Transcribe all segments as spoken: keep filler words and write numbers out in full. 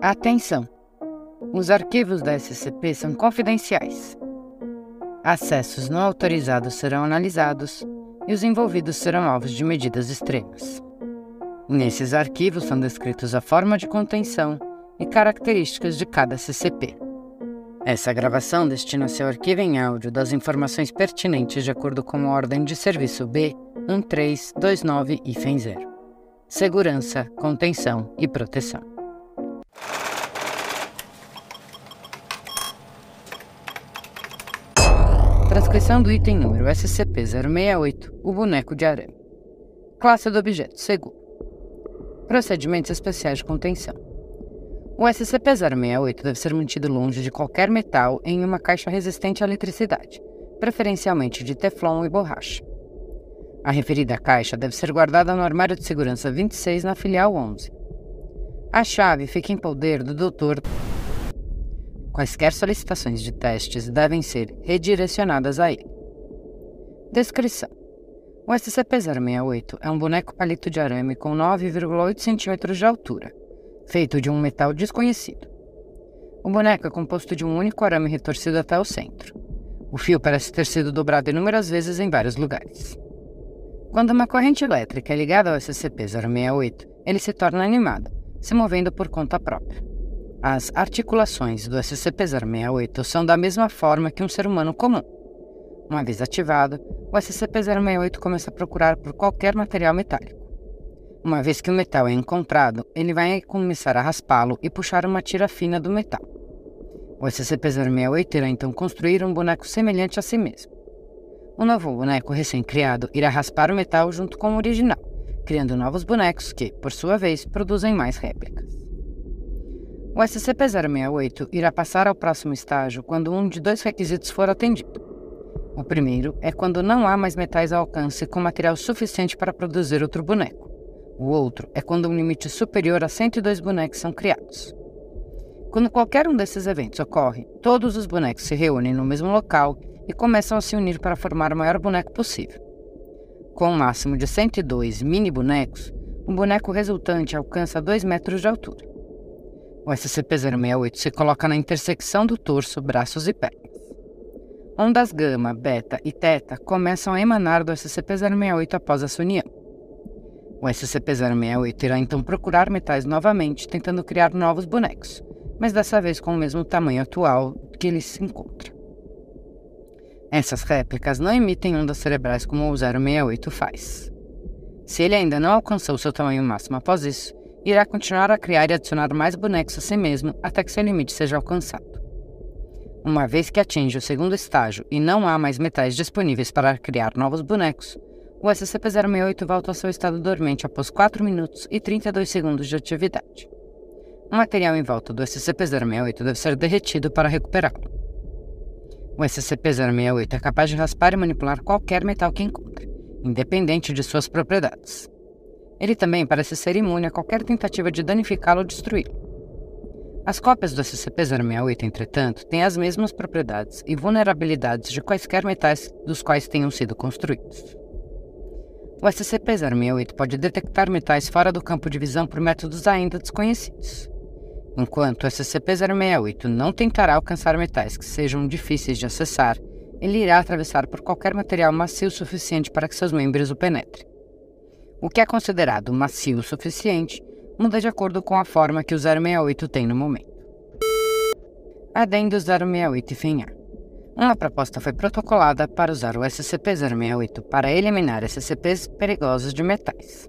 Atenção! Os arquivos da S C P são confidenciais. Acessos não autorizados serão analisados e os envolvidos serão alvos de medidas extremas. Nesses arquivos são descritos a forma de contenção e características de cada C C P. Essa gravação destina-se ao arquivo em áudio das informações pertinentes de acordo com a Ordem de Serviço B um três dois nove zero. Segurança, contenção e proteção. Transcrição do item número S C P zero seis oito, o boneco de arame. Classe do objeto, seguro. Procedimentos especiais de contenção. O S C P zero seis oito deve ser mantido longe de qualquer metal em uma caixa resistente à eletricidade, preferencialmente de teflon e borracha. A referida caixa deve ser guardada no armário de segurança vinte e seis na filial onze. A chave fica em poder do doutor. Quaisquer solicitações de testes devem ser redirecionadas a ele. Descrição. O S C P zero seis oito é um boneco palito de arame com nove vírgula oito centímetros de altura, feito de um metal desconhecido. O boneco é composto de um único arame retorcido até o centro. O fio parece ter sido dobrado inúmeras vezes em vários lugares. Quando uma corrente elétrica é ligada ao S C P zero seis oito, ele se torna animado, se movendo por conta própria. As articulações do S C P zero seis oito são da mesma forma que um ser humano comum. Uma vez ativado, o S C P zero seis oito começa a procurar por qualquer material metálico. Uma vez que o metal é encontrado, ele vai começar a raspá-lo e puxar uma tira fina do metal. O S C P zero seis oito irá então construir um boneco semelhante a si mesmo. O novo boneco recém-criado irá raspar o metal junto com o original, criando novos bonecos que, por sua vez, produzem mais réplicas. O S C P zero seis oito irá passar ao próximo estágio quando um de dois requisitos for atendido. O primeiro é quando não há mais metais ao alcance com material suficiente para produzir outro boneco. O outro é quando um limite superior a cento e dois bonecos são criados. Quando qualquer um desses eventos ocorre, todos os bonecos se reúnem no mesmo local e começam a se unir para formar o maior boneco possível. Com um máximo de cento e dois mini-bonecos, o boneco resultante alcança dois metros de altura. O S C P zero seis oito se coloca na intersecção do torso, braços e pernas. Ondas gama, beta e teta começam a emanar do S C P zero seis oito após essa união. O S C P zero seis oito irá então procurar metais novamente, tentando criar novos bonecos, mas dessa vez com o mesmo tamanho atual que ele se encontra. Essas réplicas não emitem ondas cerebrais como o zero seis oito faz. Se ele ainda não alcançou seu tamanho máximo após isso, irá continuar a criar e adicionar mais bonecos a si mesmo até que seu limite seja alcançado. Uma vez que atinge o segundo estágio e não há mais metais disponíveis para criar novos bonecos, o S C P zero seis oito volta ao seu estado dormente após quatro minutos e trinta e dois segundos de atividade. O material em volta do S C P zero seis oito deve ser derretido para recuperá-lo. O S C P zero seis oito é capaz de raspar e manipular qualquer metal que encontre, independente de suas propriedades. Ele também parece ser imune a qualquer tentativa de danificá-lo ou destruí-lo. As cópias do S C P zero seis oito, entretanto, têm as mesmas propriedades e vulnerabilidades de quaisquer metais dos quais tenham sido construídos. O S C P zero seis oito pode detectar metais fora do campo de visão por métodos ainda desconhecidos. Enquanto o S C P zero seis oito não tentará alcançar metais que sejam difíceis de acessar, ele irá atravessar por qualquer material macio o suficiente para que seus membros o penetrem. O que é considerado macio o suficiente muda de acordo com a forma que o zero seis oito tem no momento. Adendo zero seis oito F N A. Uma proposta foi protocolada para usar o S C P zero seis oito para eliminar S C Ps perigosos de metais.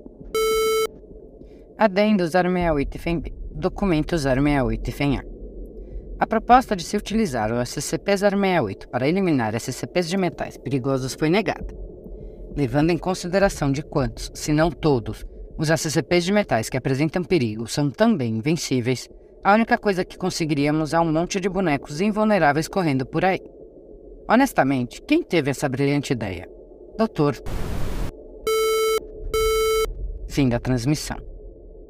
Adendo zero seis oito F N B. Documento zero seis oito F N A. A proposta de se utilizar o S C P zero seis oito para eliminar S C Ps de metais perigosos foi negada, levando em consideração de quantos, se não todos, os S C Ps de metais que apresentam perigo são também invencíveis. A única coisa que conseguiríamos é um monte de bonecos invulneráveis correndo por aí. Honestamente, quem teve essa brilhante ideia? Doutor. Fim da transmissão.